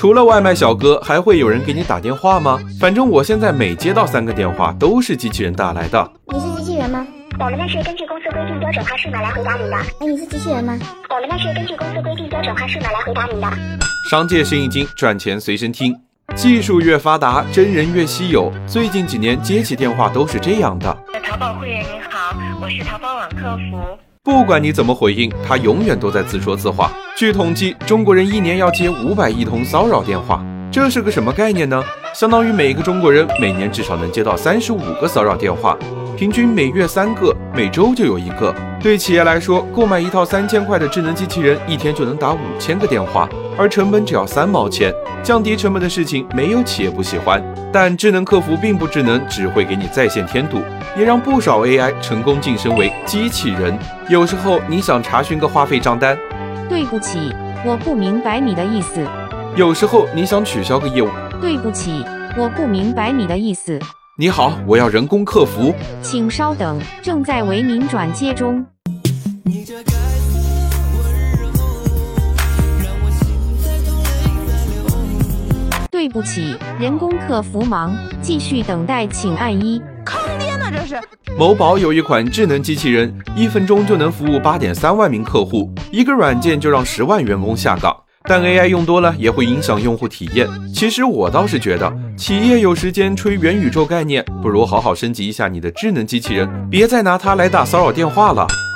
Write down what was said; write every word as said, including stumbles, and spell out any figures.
除了外卖小哥，还会有人给你打电话吗？反正我现在每接到三个电话，都是机器人打来的。 你是机器人吗？ 我们那是根据公司规定标准化数码来回答您的。 哎，你是机器人吗？ 我们那是根据公司规定标准化数码来回答您的。 商界生意经，赚钱随身听。技术越发达，真人越稀有。最近几年接起电话都是这样的。 淘宝会员您好，我是淘宝网客服。 不管你怎么回应，他永远都在自说自话。据统计，中国人一年要接五百亿通骚扰电话，这是个什么概念呢？相当于每个中国人每年至少能接到三十五个骚扰电话，平均每月三个，每周就有一个。对企业来说，购买一套三千块的智能机器人，一天就能打五千个电话，而成本只要三毛钱。降低成本的事情，没有企业不喜欢。但智能客服并不智能，只会给你在线添堵，也让不少 A I 成功晋升为机器人。有时候你想查询个话费账单， 对不起，我不明白你的意思。 有时候你想取消个业务， 对不起，我不明白你的意思。 你好，我要人工客服， 请稍等，正在为您转接中。对不起，人工客服忙，继续等待，请按一。 坑爹呢这是！ 某宝有一款智能机器人，一分钟就能服务八点三万名客户，一个软件就让十万员工下岗。但 A I 用多了也会影响用户体验。其实我倒是觉得，企业有时间吹元宇宙概念，不如好好升级一下你的智能机器人，别再拿它来打骚扰电话了。